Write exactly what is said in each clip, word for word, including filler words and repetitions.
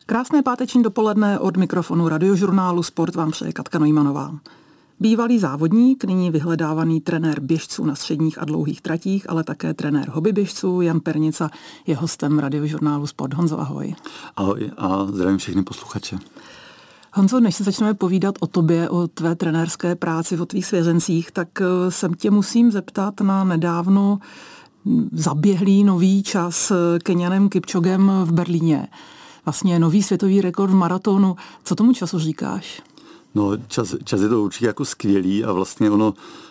Krásné páteční dopoledne od mikrofonu Radiožurnálu Sport vám přeje Katka Neumannová. Bývalý závodník, nyní vyhledávaný trenér běžců na středních a dlouhých tratích, ale také trenér hobbyběžců Jan Pernica je hostem Radiožurnálu Sport. Honzo, ahoj. Ahoj a zdravím všechny posluchače. Honzo, než se začneme povídat o tobě, o tvé trenérské práci, o tvých svěřencích, tak se tě musím zeptat na nedávno zaběhlý nový čas Keňanem Kipčogem v Berlíně. Vlastně nový světový rekord v maratonu. Co tomu času říkáš? No, čas, čas je to určitě jako skvělý a vlastně ono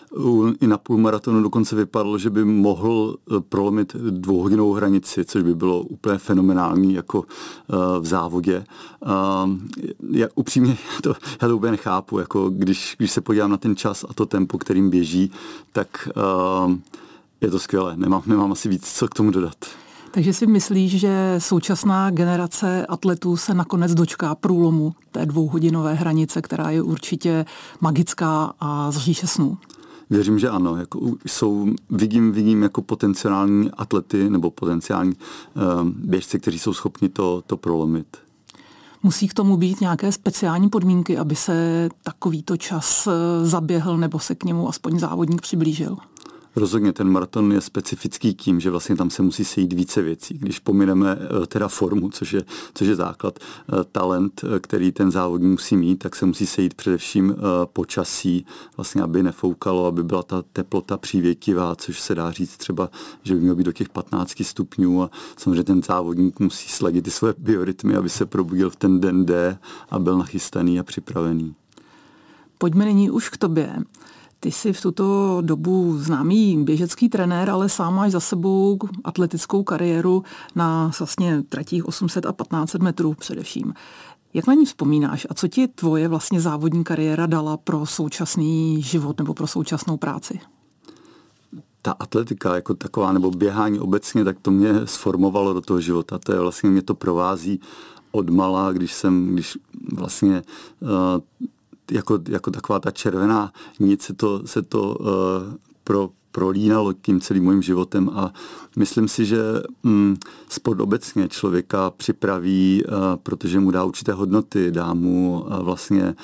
i na půlmaratonu dokonce vypadalo, že by mohl prolomit dvouhodinovou hranici, což by bylo úplně fenomenální jako uh, v závodě. Uh, já upřímně to, já to úplně nechápu, jako když, když se podívám na ten čas a to tempo, kterým běží, tak uh, je to skvělé. Nemám, nemám asi víc co k tomu dodat. Takže si myslíš, že současná generace atletů se nakonec dočká průlomu té dvouhodinové hranice, která je určitě magická a z říše snů? Věřím, že ano. Jako jsou, vidím, vidím jako potenciální atlety nebo potenciální um, běžci, kteří jsou schopni to, to prolomit. Musí k tomu být nějaké speciální podmínky, aby se takovýto čas zaběhl nebo se k němu aspoň závodník přiblížil? Rozhodně ten maraton je specifický tím, že vlastně tam se musí sejít více věcí. Když pomineme teda formu, což je, což je základ, talent, který ten závodník musí mít, tak se musí sejít především počasí, vlastně aby nefoukalo, aby byla ta teplota přívětivá, což se dá říct třeba, že by mělo být do těch patnáct stupňů a samozřejmě ten závodník musí sladit ty svoje biorytmy, aby se probudil v ten den D a byl nachystaný a připravený. Pojďme nyní už k tobě. Ty jsi v tuto dobu známý běžecký trenér, ale sám máš za sebou atletickou kariéru na vlastně tratích osm set a patnáct set metrů především. Jak na ní vzpomínáš a co ti tvoje vlastně závodní kariéra dala pro současný život nebo pro současnou práci? Ta atletika jako taková nebo běhání obecně, tak to mě sformovalo do toho života. To je vlastně, mě to provází odmala, když jsem, když vlastně uh, Jako, jako taková ta červená nic se to, se to uh, pro, prolínalo tím celým mojím životem a myslím si, že um, sport obecně člověka připraví, uh, protože mu dá určité hodnoty, dá mu uh, vlastně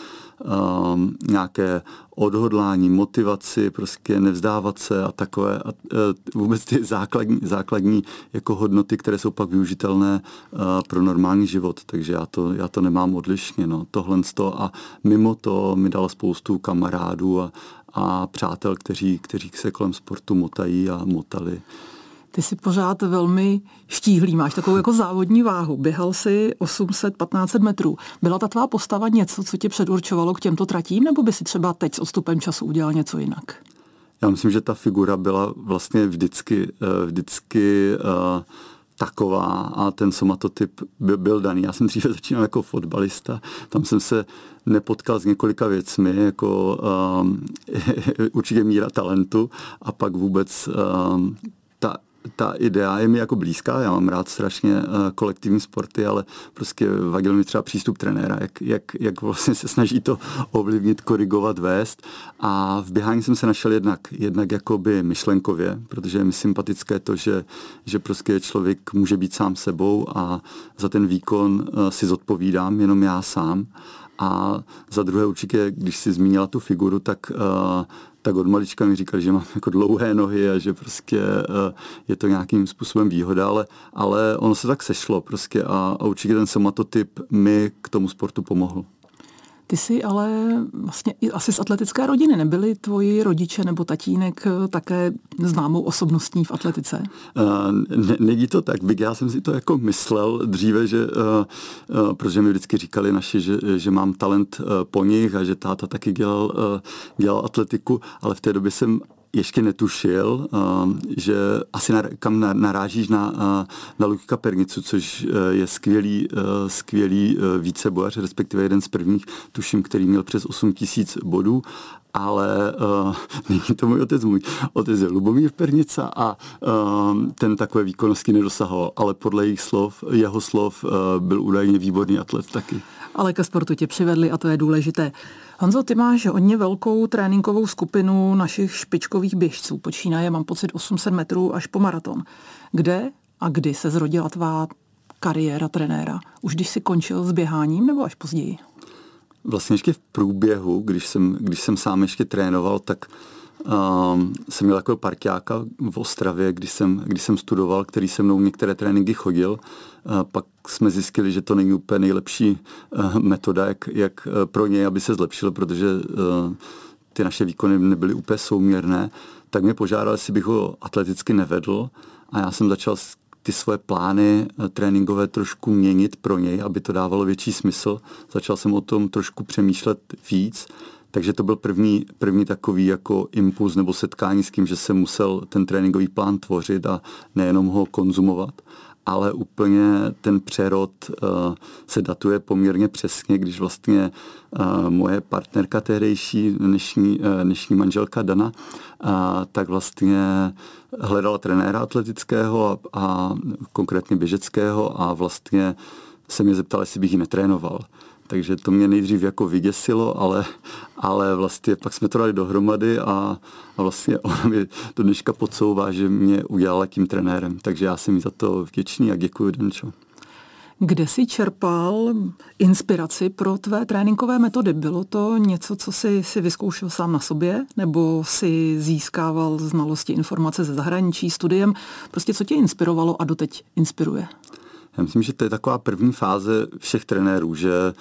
um, nějaké odhodlání, motivaci, prostě nevzdávat se a takové a, uh, vůbec ty základní, základní jako hodnoty, které jsou pak využitelné uh, pro normální život, takže já to, já to nemám odlišně, no, tohle z toho a mimo to mi dalo spoustu kamarádů a, a přátel, kteří, kteří se kolem sportu motají a motali. Ty jsi pořád velmi štíhlý, máš takovou jako závodní váhu. Běhal jsi osm set patnáct set metrů. Byla ta tvá postava něco, co tě předurčovalo k těmto tratím, nebo by si třeba teď s odstupem času udělal něco jinak? Já myslím, že ta figura byla vlastně vždycky, vždycky uh, taková a ten somatotyp byl, byl daný. Já jsem dříve začínal jako fotbalista, tam jsem se nepotkal s několika věcmi, jako um, určitě míra talentu a pak vůbec um, ta Ta idea je mi jako blízká, já mám rád strašně uh, kolektivní sporty, ale prostě vadil mi třeba přístup trenéra, jak, jak, jak vlastně se snaží to ovlivnit, korigovat, vést a v běhání jsem se našel jednak, jednak jakoby myšlenkově, protože je mi sympatické to, že, že prostě člověk může být sám sebou a za ten výkon uh, si zodpovídám jenom já sám a za druhé určitě, když si zmínila tu figuru, tak uh, tak od malička mi říkali, že mám jako dlouhé nohy a že prostě uh, je to nějakým způsobem výhoda, ale, ale ono se tak sešlo prostě a, a určitě ten somatotyp mi k tomu sportu pomohl. Ty jsi ale vlastně i asi z atletické rodiny. Nebyli tvoji rodiče nebo tatínek také známou osobností v atletice? Uh, Není to tak, byť já jsem si to jako myslel dříve, že, uh, uh, protože mi vždycky říkali naši, že, že mám talent uh, po nich a že táta taky dělal, uh, dělal atletiku, ale v té době jsem ještě netušil, že asi kam narážíš na, na Luďka Pernicu, což je skvělý, skvělý vícebojař, respektive jeden z prvních, tuším, který měl přes osm tisíc bodů, ale uh, není to můj otec, můj otec je Lubomír Pernica a uh, ten takové výkonnosti nedosahoval, ale podle jejich slov, jeho slov uh, byl údajně výborný atlet taky. Ale ke sportu tě přivedli a to je důležité. Honzo, ty máš hodně velkou tréninkovou skupinu našich špičkových běžců. Počínaje, mám pocit, osm set metrů až po maraton. Kde a kdy se zrodila tvá kariéra trenéra? Už když jsi končil s běháním nebo až později? Vlastně ještě v průběhu, když jsem, když jsem sám ještě trénoval, tak um, jsem měl takového parťáka v Ostravě, když jsem, když jsem studoval, který se mnou některé tréninky chodil. Uh, pak jsme zjistili, že to není úplně nejlepší uh, metoda, jak, jak uh, pro něj, aby se zlepšil, protože uh, ty naše výkony nebyly úplně souměrné. Tak mě požádal, jestli bych ho atleticky nevedl a já jsem začal ty svoje plány tréninkové trošku měnit pro něj, aby to dávalo větší smysl. Začal jsem o tom trošku přemýšlet víc, takže to byl první, první takový jako impuls nebo setkání s tím, že jsem musel ten tréninkový plán tvořit a nejenom ho konzumovat. Ale úplně ten přerod uh, se datuje poměrně přesně, když vlastně uh, moje partnerka tehdejší, dnešní, uh, dnešní manželka Dana, uh, tak vlastně hledala trenéra atletického a, a konkrétně běžeckého a vlastně se mě zeptala, jestli bych ji netrénoval. Takže to mě nejdřív jako vyděsilo, ale, ale vlastně pak jsme to dali dohromady a, a vlastně ona mi do dneška podsouvá, že mě udělala tím trenérem. Takže já jsem jí za to vděčný a děkuji, Denčo. Kde jsi čerpal inspiraci pro tvé tréninkové metody? Bylo to něco, co jsi si vyzkoušel sám na sobě? Nebo si získával znalosti, informace ze zahraničí, studiem? Prostě co tě inspirovalo a doteď inspiruje? Já myslím, že to je taková první fáze všech trenérů, že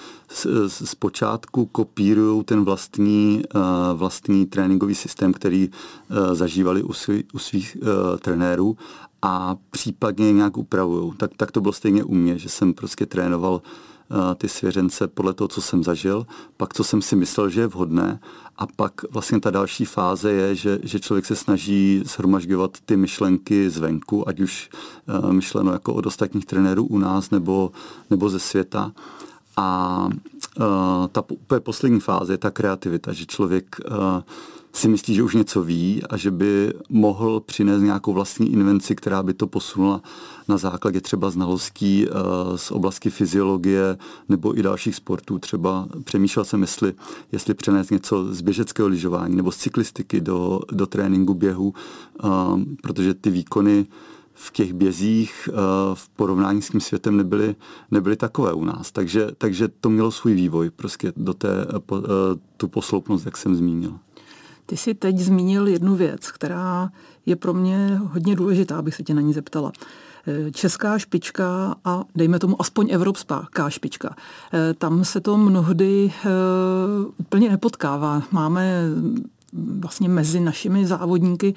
zpočátku kopírují ten vlastní, vlastní tréninkový systém, který zažívali u, svý, u svých trenérů a případně nějak upravují. Tak, tak to bylo stejně u mě, že jsem prostě trénoval ty svěřence podle toho, co jsem zažil, pak co jsem si myslel, že je vhodné a pak vlastně ta další fáze je, že, že člověk se snaží shromažďovat ty myšlenky zvenku, ať už uh, myšleno jako od ostatních trenérů u nás nebo, nebo ze světa. A uh, ta úplně poslední fáze je ta kreativita, že člověk uh, si myslí, že už něco ví a že by mohl přinést nějakou vlastní invenci, která by to posunula na základě třeba znalostí z oblasti fyziologie nebo i dalších sportů. Třeba přemýšlel jsem, jestli, jestli přenést něco z běžeckého lyžování nebo z cyklistiky do, do tréninku běhu, protože ty výkony v těch bězích v porovnání s tím světem nebyly, nebyly takové u nás. Takže, takže to mělo svůj vývoj, prostě do té, tu posloupnost, jak jsem zmínil. Ty jsi teď zmínil jednu věc, která je pro mě hodně důležitá, abych se tě na ní zeptala. Česká špička a dejme tomu aspoň evropská špička. Tam se to mnohdy úplně nepotkává. Máme vlastně mezi našimi závodníky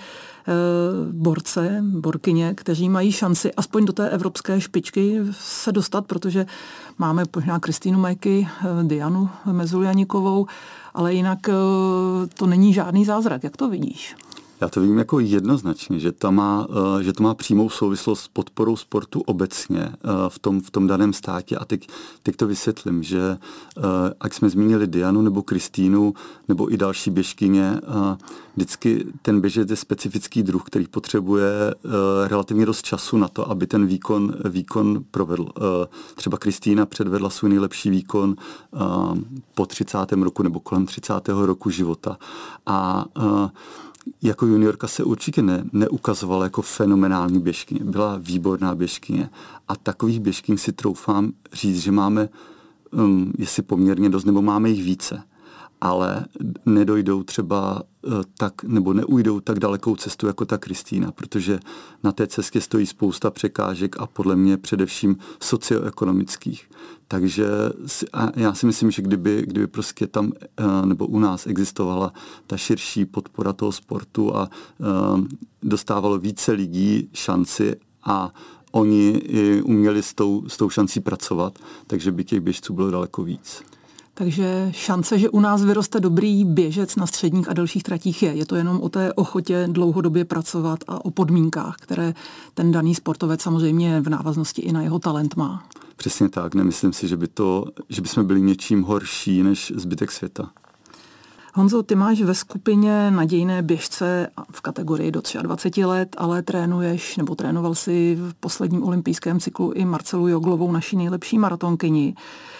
borce, borkyně, kteří mají šanci aspoň do té evropské špičky se dostat, protože máme možná Kristýnu Majky, Dianu Mezuljaníkovou, ale jinak to není žádný zázrak. Jak to vidíš? Já to vidím jako jednoznačně, že to má, že to má přímou souvislost s podporou sportu obecně v tom, v tom daném státě. A teď, teď to vysvětlím, že ať jsme zmínili Dianu nebo Kristýnu nebo i další běžkyně, vždycky ten běžec je specifický druh, který potřebuje relativně dost času na to, aby ten výkon, výkon provedl. Třeba Kristýna předvedla svůj nejlepší výkon po třicátém roku nebo kolem třicátého roku života. A jako juniorka se určitě ne, neukazovala jako fenomenální běžkyně. Byla výborná běžkyně. A takových běžkyň si troufám říct, že máme, um, jestli poměrně dost, nebo máme jich více. Ale nedojdou třeba uh, tak, nebo neujdou tak dalekou cestu jako ta Kristýna, protože na té cestě stojí spousta překážek a podle mě především socioekonomických. Takže já si myslím, že kdyby, kdyby prostě tam nebo u nás existovala ta širší podpora toho sportu a dostávalo více lidí šanci a oni i uměli s tou, s tou šancí pracovat, takže by těch běžců bylo daleko víc. Takže šance, že u nás vyroste dobrý běžec na středních a dalších tratích je. Je to jenom o té ochotě dlouhodobě pracovat a o podmínkách, které ten daný sportovec samozřejmě v návaznosti i na jeho talent má. Přesně tak. Nemyslím si, že by to, že bychom byli něčím horší než zbytek světa. Honzo, ty máš ve skupině nadějné běžce v kategorii do dvacet tři let, ale trénuješ, nebo trénoval si v posledním olympijském cyklu i Marcelu Joglovou, naší nejlepší maratonkyni.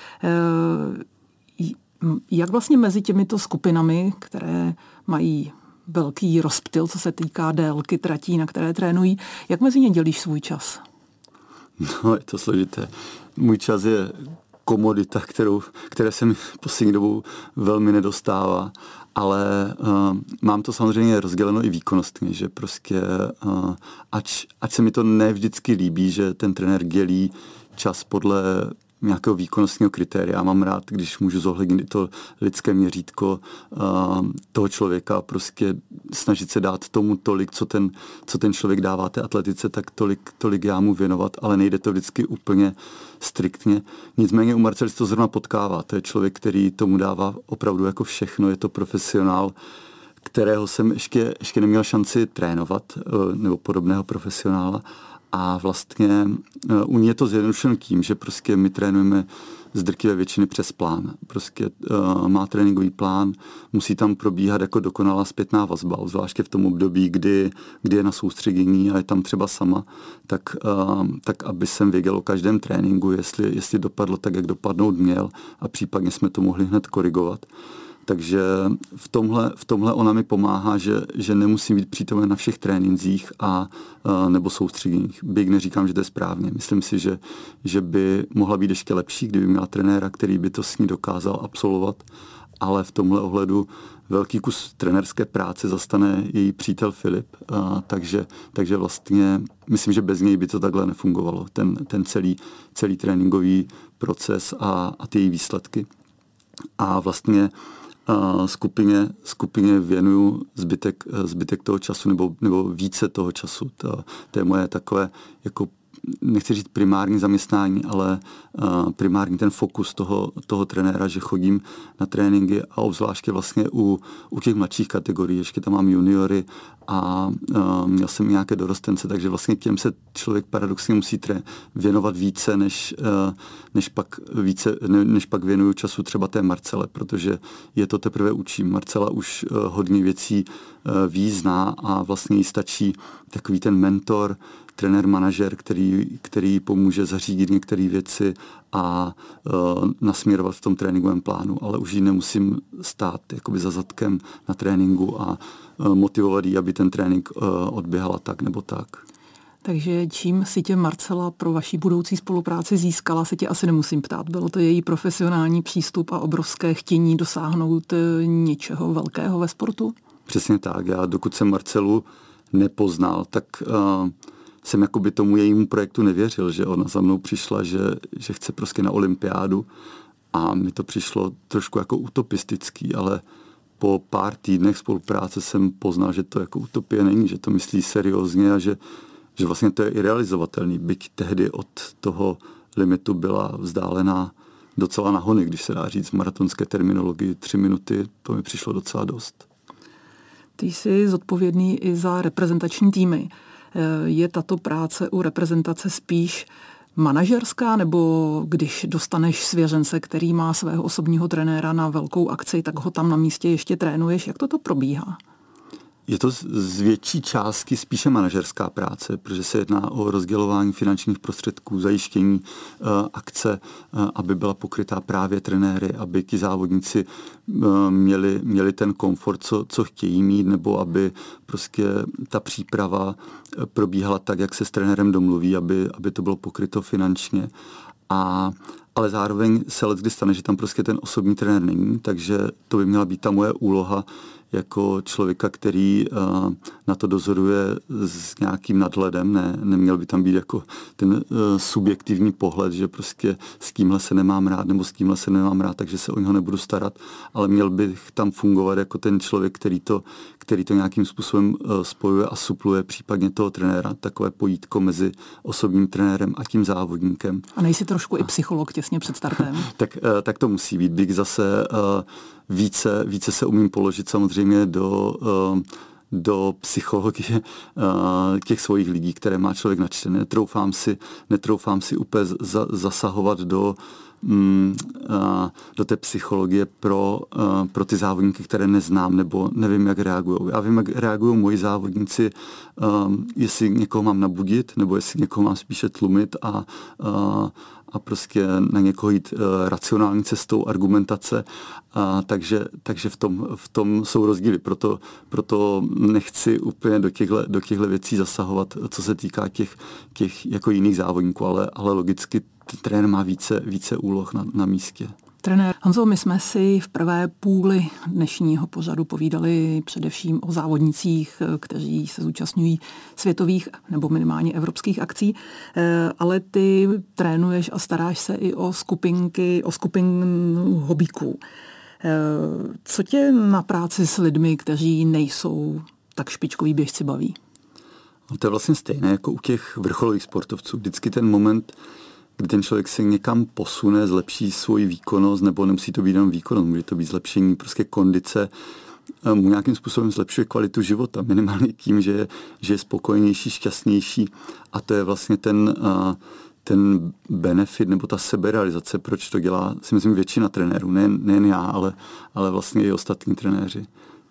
Jak vlastně mezi těmito skupinami, které mají velký rozptyl, co se týká délky tratí, na které trénují, jak mezi ně dělíš svůj čas? No, je to složité. Můj čas je komodita, kterou, které se mi poslední dobou velmi nedostává, ale uh, mám to samozřejmě rozděleno i výkonnostně, že prostě uh, ač, ač se mi to ne vždycky líbí, že ten trenér dělí čas podle nějakého výkonnostního kritéria. Mám rád, když můžu zohlednit to lidské měřítko uh, toho člověka, prostě snažit se dát tomu tolik, co ten, co ten člověk dává té atletice, tak tolik, tolik já mu věnovat, ale nejde to vždycky úplně striktně. Nicméně u Marcela se to zrovna potkává. To je člověk, který tomu dává opravdu jako všechno. Je to profesionál, kterého jsem ještě, ještě neměl šanci trénovat, uh, nebo podobného profesionála. A vlastně u ní je to zjednodušeno tím, že prostě my trénujeme z drtivé většiny přes plán. Prostě uh, má tréninkový plán, musí tam probíhat jako dokonalá zpětná vazba, zvláště v tom období, kdy, kdy je na soustředění a je tam třeba sama, tak, uh, tak aby jsem věděl o každém tréninku, jestli, jestli dopadlo tak, jak dopadnout měl a případně jsme to mohli hned korigovat. Takže v tomhle, v tomhle ona mi pomáhá, že, že nemusím být přítomen na všech trénincích a, a nebo soustředěních. Byť neříkám, že to je správně. Myslím si, že, že by mohla být ještě lepší, kdyby měla trenéra, který by to s ní dokázal absolvovat. Ale v tomhle ohledu velký kus trenérské práce zastane její přítel Filip. A, takže, takže vlastně myslím, že bez něj by to takhle nefungovalo. Ten, ten celý, celý tréninkový proces a, a ty její výsledky. A vlastně Uh, skupině, skupině věnuju zbytek, zbytek toho času nebo, nebo více toho času. To, to je moje takové, jako, nechci říct primární zaměstnání, ale uh, primární ten fokus toho, toho trenéra, že chodím na tréninky a obzvláště vlastně u, u těch mladších kategorií, ještě tam mám juniory a uh, měl jsem nějaké dorostence, takže vlastně těm se člověk paradoxně musí tré, věnovat více, než, uh, než, pak více ne, než pak věnuju času třeba té Marcele, protože je to teprve učím. Marcela už uh, hodně věcí uh, ví, zná a vlastně jí stačí takový ten mentor, trenér, manažer, který, který pomůže zařídit některé věci a uh, nasměrovat v tom tréninkovém plánu, ale už ji nemusím stát jakoby za zadkem na tréninku a uh, motivovat ji, aby ten trénink uh, odběhala tak nebo tak. Takže čím si tě Marcela pro vaší budoucí spolupráci získala, se tě asi nemusím ptát. Bylo to její profesionální přístup a obrovské chtění dosáhnout něčeho velkého ve sportu? Přesně tak. Já dokud jsem Marcelu nepoznal, tak uh, jsem jakoby tomu jejímu projektu nevěřil, že ona za mnou přišla, že, že chce prostě na olympiádu a mi to přišlo trošku jako utopistický, ale po pár týdnech spolupráce jsem poznal, že to jako utopie není, že to myslí seriózně a že, že vlastně to je i realizovatelný, byť tehdy od toho limitu byla vzdálená docela na hony, když se dá říct v maratonské terminologii tři minuty, to mi přišlo docela dost. Ty jsi zodpovědný i za reprezentační týmy. Je tato práce u reprezentace spíš manažerská, nebo když dostaneš svěřence, který má svého osobního trenéra na velkou akci, tak ho tam na místě ještě trénuješ? Jak toto probíhá? Je to z větší částky spíše manažerská práce, protože se jedná o rozdělování finančních prostředků, zajištění uh, akce, uh, aby byla pokrytá právě trenéry, aby ti závodníci uh, měli, měli ten komfort, co, co chtějí mít, nebo aby prostě ta příprava probíhala tak, jak se s trenérem domluví, aby, aby to bylo pokryto finančně. A ale zároveň se leckdy stane, že tam prostě ten osobní trenér není, takže to by měla být ta moje úloha jako člověka, který uh, na to dozoruje s nějakým nadhledem, ne, neměl by tam být jako ten uh, subjektivní pohled, že prostě s tímhle se nemám rád nebo s tímhle se nemám rád, takže se o něho nebudu starat, ale měl bych tam fungovat jako ten člověk, který to, který to nějakým způsobem uh, spojuje a supluje případně toho trenéra, takové pojítko mezi osobním trenérem a tím závodníkem. A nejsi trošku a... i psycholog těsně před startem? tak, uh, tak to musí být. Bych zase uh, více, více se umím položit samozřejmě do, do psychologie těch svých lidí, které má člověk načtené. Netroufám si, netroufám si úplně zasahovat do mm, do té psychologie pro, pro ty závodníky, které neznám nebo nevím, jak reagují. Já vím, jak reagují moji závodníci, jestli někoho mám nabudit nebo jestli někoho mám spíše tlumit a, a a prostě na někoho jít uh, racionální cestou argumentace. A takže takže v, tom, v tom jsou rozdíly. Proto, proto nechci úplně do těchto do těchto věcí zasahovat, co se týká těch, těch jako jiných závodníků, ale, ale logicky trenér má více, více úloh na, na místě. Trenér Honzo, my jsme si v prvé půli dnešního pořadu povídali především o závodnicích, kteří se zúčastňují světových nebo minimálně evropských akcí, ale ty trénuješ a staráš se i o skupinky, o skupin hobíků. Co tě na práci s lidmi, kteří nejsou tak špičkoví běžci, baví? To je vlastně stejné jako u těch vrcholových sportovců. Vždycky ten moment, kdy ten člověk se někam posune, zlepší svoji výkonnost, nebo nemusí to být jenom výkonnost, může to být zlepšení prostě kondice, mu nějakým způsobem zlepšuje kvalitu života, minimálně tím, že je, že je spokojenější, šťastnější, a to je vlastně ten, ten benefit nebo ta seberealizace, proč to dělá, si myslím, většina trenérů, nejen, nejen já, ale, ale vlastně i ostatní trenéři.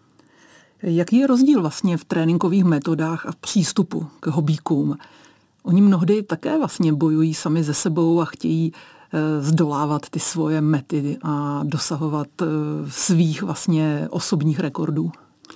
Jaký je rozdíl vlastně v tréninkových metodách a v přístupu k hobíkům? Oni mnohdy také vlastně bojují sami ze sebou a chtějí e, zdolávat ty svoje mety a dosahovat e, svých vlastně osobních rekordů.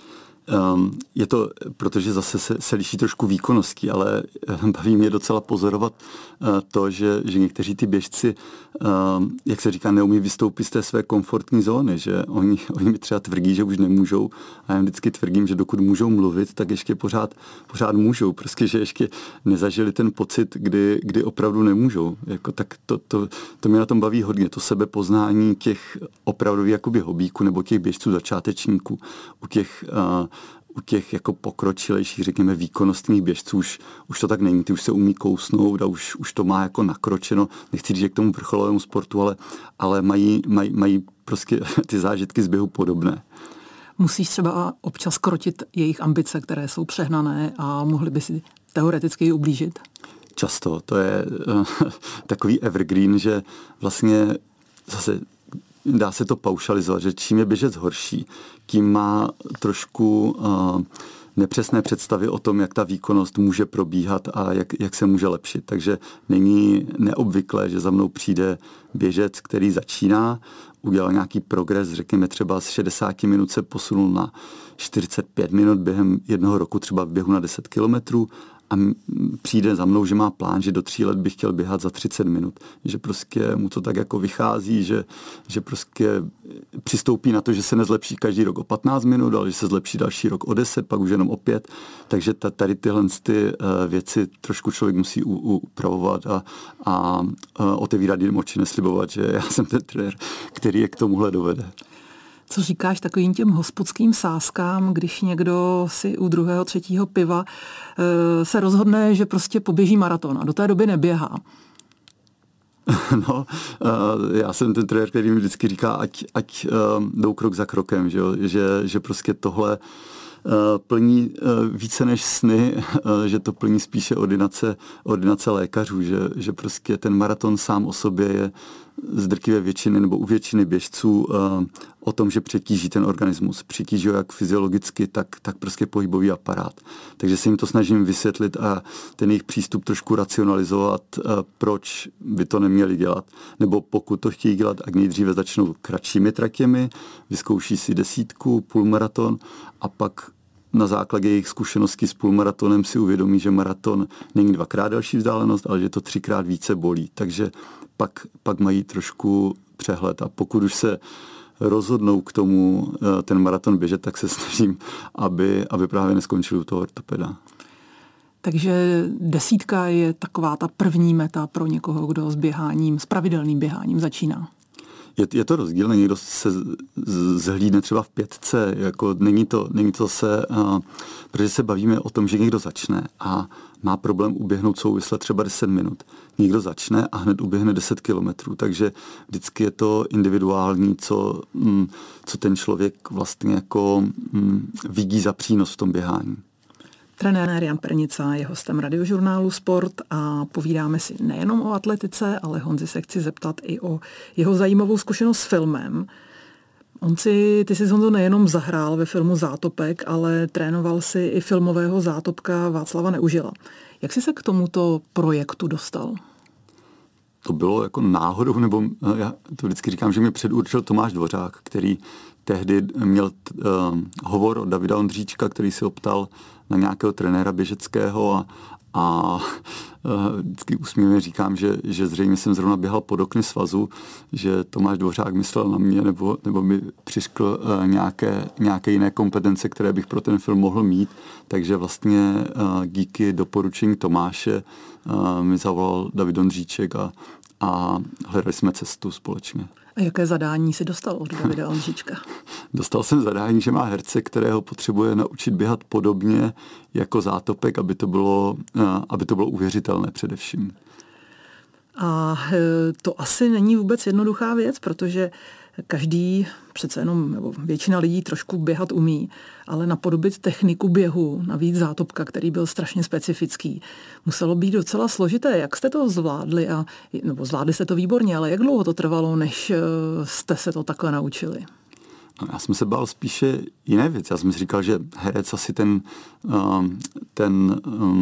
Um, je to, protože zase se, se liší trošku výkonností, ale baví mě docela pozorovat uh, to, že, že někteří ty běžci, um, jak se říká, neumí vystoupit z té své komfortní zóny, že oni, oni mi třeba tvrdí, že už nemůžou, a já vždycky tvrdím, že dokud můžou mluvit, tak ještě pořád, pořád můžou, prostě, že ještě nezažili ten pocit, kdy, kdy opravdu nemůžou. Jako, tak to, to, to mě na tom baví hodně, to sebepoznání těch opravdových jakoby hobíků nebo těch běžců začátečníků, u těch uh, u těch jako pokročilejších, řekněme, výkonnostních běžců už, už to tak není. Ty už se umí kousnout a už, už to má jako nakročeno. Nechci říct, že k tomu vrcholovému sportu, ale, ale mají, mají, mají prostě ty zážitky z běhu podobné. Musíš třeba občas krotit jejich ambice, které jsou přehnané a mohly by si teoreticky ublížit? Často. To je uh, takový evergreen, že vlastně zase dá se to paušalizovat, že čím je běžec horší, tím má trošku uh, nepřesné představy o tom, jak ta výkonnost může probíhat a jak, jak se může lepšit. Takže není neobvyklé, že za mnou přijde běžec, který začíná, udělal nějaký progres, řekněme třeba z šedesáti minut se posunul na čtyřicet pět minut během jednoho roku, třeba v běhu na deset kilometrů, a přijde za mnou, že má plán, že do tří let bych chtěl běhat za třicet minut. Že prostě mu to tak jako vychází, že, že prostě přistoupí na to, že se nezlepší každý rok o patnáct minut, ale že se zlepší další rok o deset, pak už jenom o pět. Takže tady tyhle ty věci trošku člověk musí upravovat a, a otevírat jim oči, neslibovat, že já jsem ten trenér, který je k tomuhle dovede. Co říkáš takovým těm hospodským sázkám, když někdo si u druhého, třetího piva e, se rozhodne, že prostě poběží maraton a do té doby neběhá? No, e, já jsem ten trenér, který mi vždycky říká, ať, ať e, jdou krok za krokem, že, že, že prostě tohle plní více než sny, že to plní spíše ordinace, ordinace lékařů, že, že prostě ten maraton sám o sobě je z drtivé většiny nebo u většiny běžců o tom, že přetíží ten organismus. Přetíží ho jak fyziologicky, tak, tak prostě pohybový aparát. Takže se jim to snažím vysvětlit a ten jejich přístup trošku racionalizovat, proč by to neměli dělat. Nebo pokud to chtějí dělat, ať nejdříve začnou kratšími tratěmi, vyzkouší si desítku, půlmaraton a pak na základě jejich zkušeností s půlmaratonem si uvědomí, že maraton není dvakrát další vzdálenost, ale že to třikrát více bolí. Takže pak, pak mají trošku přehled. A pokud už se rozhodnou k tomu ten maraton běžet, tak se snažím, aby, aby právě neskončili u toho ortopeda. Takže desítka je taková ta první meta pro někoho, kdo s běháním, s pravidelným běháním začíná. Je, je to rozdílné, někdo se zhlídne třeba v pětce, jako není to, není to se, uh, protože se bavíme o tom, že někdo začne a má problém uběhnout souvisle třeba deset minut. Někdo začne a hned uběhne deset kilometrů, takže vždycky je to individuální, co, um, co ten člověk vlastně jako um, vidí za přínos v tom běhání. Trenér Jan Pernica je hostem Radiožurnálu Sport a povídáme si nejenom o atletice, ale Honzi se chci zeptat i o jeho zajímavou zkušenost s filmem. On si, ty jsi, Honzo, nejenom zahrál ve filmu Zátopek, ale trénoval si i filmového zátopka Václava Neužila. Jak jsi se k tomuto projektu dostal? To bylo jako náhodou, nebo já to vždycky říkám, že mě předurčil Tomáš Dvořák, který tehdy měl uh, hovor od Davida Ondříčka, který se optal na nějakého trenéra běžeckého a, a uh, vždycky úsměvně říkám, že, že zřejmě jsem zrovna běhal pod okny svazu, že Tomáš Dvořák myslel na mě, nebo, nebo mi přiškl uh, nějaké, nějaké jiné kompetence, které bych pro ten film mohl mít. Takže vlastně uh, díky doporučení Tomáše uh, mi zavolal David Ondříček a, a hledali jsme cestu společně. A jaké zadání si dostal od Davida Ondříčka? Dostal jsem zadání, že má herce, kterého potřebuje naučit běhat podobně jako Zátopek, aby to bylo, aby to bylo uvěřitelné především. A to asi není vůbec jednoduchá věc, protože každý, přece jenom, nebo většina lidí trošku běhat umí, ale napodobit techniku běhu, navíc Zátopka, který byl strašně specifický, muselo být docela složité. Jak jste to zvládli? A, nebo zvládli jste to výborně, ale jak dlouho to trvalo, než jste se to takhle naučili? No, já jsem se bál spíše jiné věci. Já jsem si říkal, že herec asi ten, ten,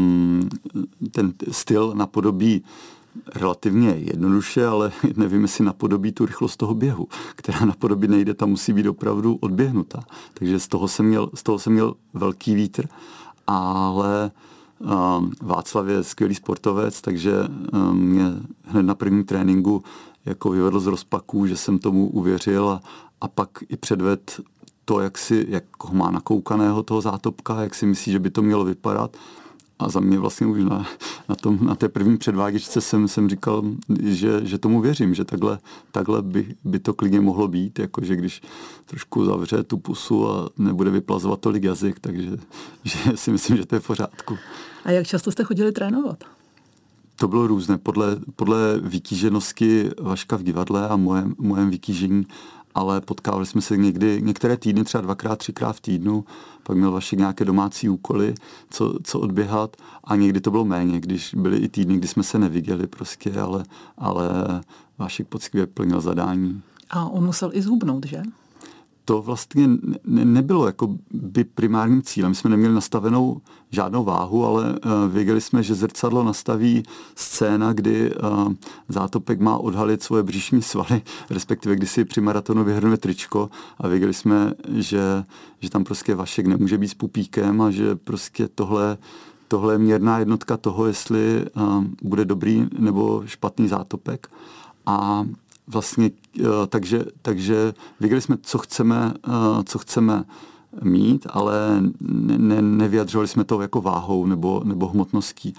ten styl napodobí relativně jednoduše, ale nevím, jestli napodobí tu rychlost toho běhu, která napodobit nejde, tam musí být opravdu odběhnuta. Takže z toho jsem měl, z toho jsem měl velký vítr, ale um, Václav je skvělý sportovec, takže um, mě hned na prvním tréninku jako vyvedl z rozpaků, že jsem tomu uvěřil a, a pak i předved to, jak, si, jak ho má nakoukaného toho Zátopka, jak si myslí, že by to mělo vypadat. A za mě vlastně už na, na, tom, na té první předváděčce jsem, jsem říkal, že, že tomu věřím, že takhle, takhle by, by to klidně mohlo být, jakože když trošku zavře tu pusu a nebude vyplazovat tolik jazyk, takže že si myslím, že to je v pořádku. A jak často jste chodili trénovat? To bylo různé, podle, podle vytíženosti Vaška v divadle a mojem, mojem vytížení, ale potkávali jsme se někdy, některé týdny, třeba dvakrát, třikrát v týdnu, pak měl Vašek nějaké domácí úkoly, co, co odběhat a někdy to bylo méně, když byly i týdny, kdy jsme se neviděli prostě, ale, ale Vašek poctivě plnil zadání. A on musel i zhubnout, že? To vlastně ne, nebylo jako by primárním cílem. My jsme neměli nastavenou žádnou váhu, ale uh, věděli jsme, že zrcadlo nastaví scéna, kdy uh, Zátopek má odhalit svoje břišní svaly, respektive když si při maratonu vyhrnuje tričko a věděli jsme, že, že tam prostě Vašek nemůže být s pupíkem a že prostě tohle, tohle je měrná jednotka toho, jestli uh, bude dobrý nebo špatný Zátopek. A vlastně, takže, takže věděli jsme, co chceme, co chceme mít, ale ne, nevyjadřovali jsme to jako váhou nebo, nebo hmotností.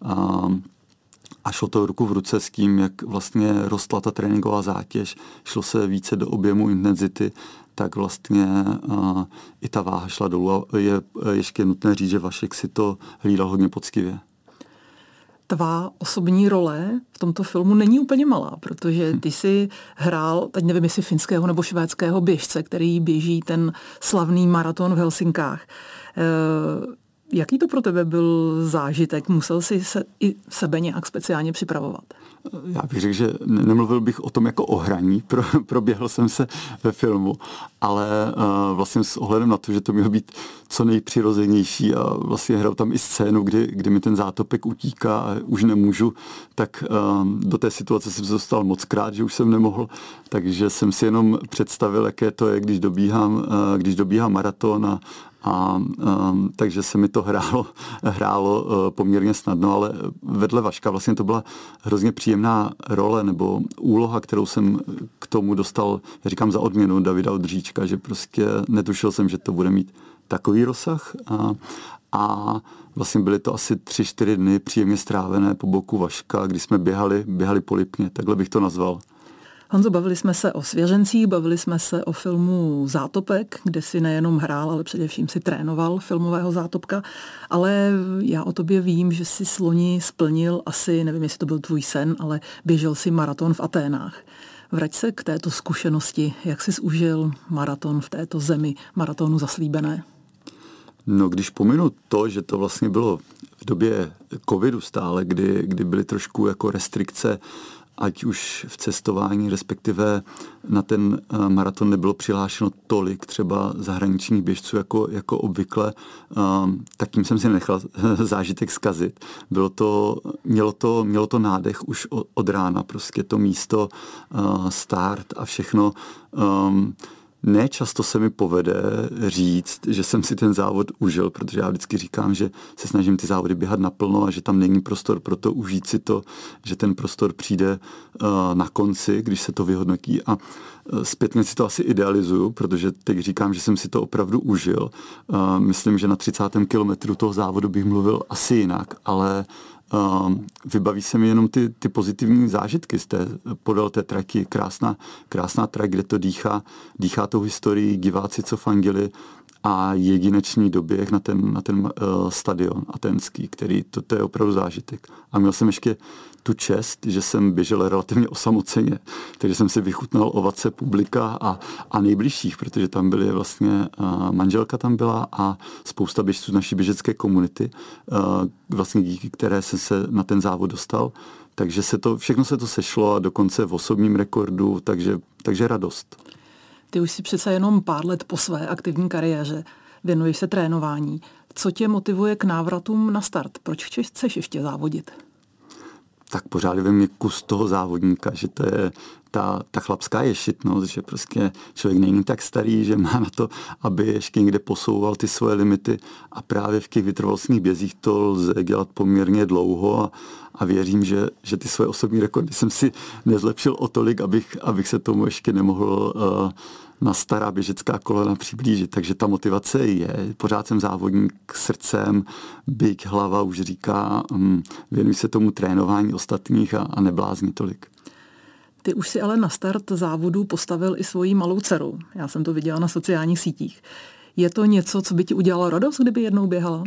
A šlo to ruku v ruce s tím, jak vlastně rostla ta tréninková zátěž, šlo se více do objemu intenzity, tak vlastně i ta váha šla dolů. A je ještě nutné říct, že Vašek si to hlídal hodně poctivě. Tvá osobní role v tomto filmu není úplně malá, protože ty jsi hrál, teď nevím, jestli finského nebo švédského běžce, který běží ten slavný maraton v Helsinkách. E, jaký to pro tebe byl zážitek? Musel jsi se i sebe nějak speciálně připravovat? Já bych řekl, že nemluvil bych o tom jako o hraní, Pro, proběhl jsem se ve filmu, ale uh, vlastně s ohledem na to, že to mělo být co nejpřirozenější a vlastně hrál tam i scénu, kdy, kdy mi ten Zátopek utíká a už nemůžu, tak uh, do té situace jsem se dostal moc krát, že už jsem nemohl, takže jsem si jenom představil, jaké to je, když dobíhám, uh, když dobíhám maraton a A um, takže se mi to hrálo, hrálo uh, poměrně snadno, ale vedle Vaška vlastně to byla hrozně příjemná role nebo úloha, kterou jsem k tomu dostal, já říkám za odměnu Davida Ondříčka, že prostě netušil jsem, že to bude mít takový rozsah a, a vlastně byly to asi tři, čtyři dny příjemně strávené po boku Vaška, kdy jsme běhali, běhali po Lipně, takhle bych to nazval. Honzo, bavili jsme se o svěřencích, bavili jsme se o filmu Zátopek, kde si nejenom hrál, ale především si trénoval filmového Zátopka, ale já o tobě vím, že jsi loni splnil asi, nevím, jestli to byl tvůj sen, ale běžel si maraton v Aténách. Vrať se k této zkušenosti, jak jsi užil maraton v této zemi, maratonu zaslíbené? No, když pominu to, že to vlastně bylo v době covidu stále, kdy, kdy byly trošku jako restrikce, ať už v cestování, respektive na ten maraton nebylo přihlášeno tolik třeba zahraničních běžců jako, jako obvykle, tak tím jsem si nechal zážitek zkazit. Bylo to, mělo, to, mělo to nádech už od rána, prostě to místo, start a všechno. Ne často se mi povede říct, že jsem si ten závod užil, protože já vždycky říkám, že se snažím ty závody běhat naplno a že tam není prostor pro to užít si to, že ten prostor přijde uh, na konci, když se to vyhodnotí a uh, zpětně si to asi idealizuju, protože teď říkám, že jsem si to opravdu užil. Uh, myslím, že na třicátém kilometru toho závodu bych mluvil asi jinak, ale Uh, vybaví se mi jenom ty, ty pozitivní zážitky z té, podél té trati. Krásná, krásná trať, kde to dýchá, dýchá tou historií, diváci, co fandili a jedinečný doběh na ten, na ten uh, stadion aténský, který, to, to je opravdu zážitek. A měl jsem ještě tu čest, že jsem běžel relativně osamoceně, takže jsem si vychutnal ovace publika a, a nejbližších, protože tam byly vlastně, uh, manželka tam byla a spousta běžců z naší běžecké komunity, uh, vlastně díky které jsem se na ten závod dostal. Takže se to, všechno se to sešlo a dokonce v osobním rekordu, takže, takže radost. Ty už si přece jenom pár let po své aktivní kariéře věnuješ se trénování. Co tě motivuje k návratům na start? Proč chceš ještě závodit? Tak pořád je ve mně kus toho závodníka, že to je ta, ta chlapská ješitnost, že prostě člověk není tak starý, že má na to, aby ještě někde posouval ty svoje limity a právě v těch vytrvalostních bězích to lze dělat poměrně dlouho a, a věřím, že, že ty svoje osobní rekordy jsem si nezlepšil o tolik, abych, abych se tomu ještě nemohl uh, na stará běžecká kolena přiblížit. Takže ta motivace je. Pořád jsem závodník srdcem, byť hlava už říká, um, věnuj se tomu trénování ostatních a, a neblázní tolik. Ty už si ale na start závodu postavil i svoji malou dceru. Já jsem to viděla na sociálních sítích. Je to něco, co by ti udělalo radost, kdyby jednou běhala?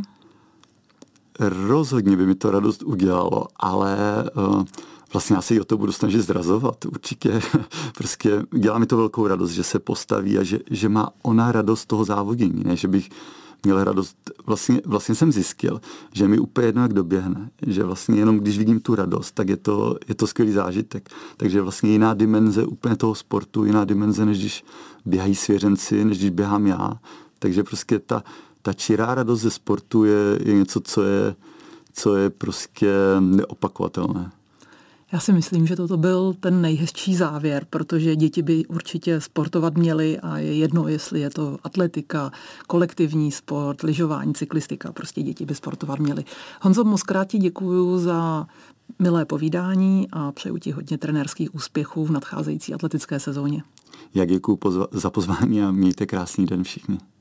Rozhodně by mi to radost udělalo, ale uh, vlastně já se jí o to budu snažit zrazovat. Určitě prostě dělá mi to velkou radost, že se postaví a že, že má ona radost toho závodění, ne, že bych měl radost. Vlastně, vlastně jsem zjistil, že mi úplně jedno, jak doběhne. Že vlastně jenom když vidím tu radost, tak je to, je to skvělý zážitek. Takže vlastně jiná dimenze úplně toho sportu, jiná dimenze, než když běhají svěřenci, než když běhám já. Takže prostě ta, ta čirá radost ze sportu je, je něco, co je, co je prostě neopakovatelné. Já si myslím, že toto byl ten nejhezčí závěr, protože děti by určitě sportovat měly a je jedno, jestli je to atletika, kolektivní sport, lyžování, cyklistika, prostě děti by sportovat měly. Honzo, moc krát ti děkuju za milé povídání a přeju ti hodně trenérských úspěchů v nadcházející atletické sezóně. Já děkuju pozva- za pozvání a mějte krásný den všichni.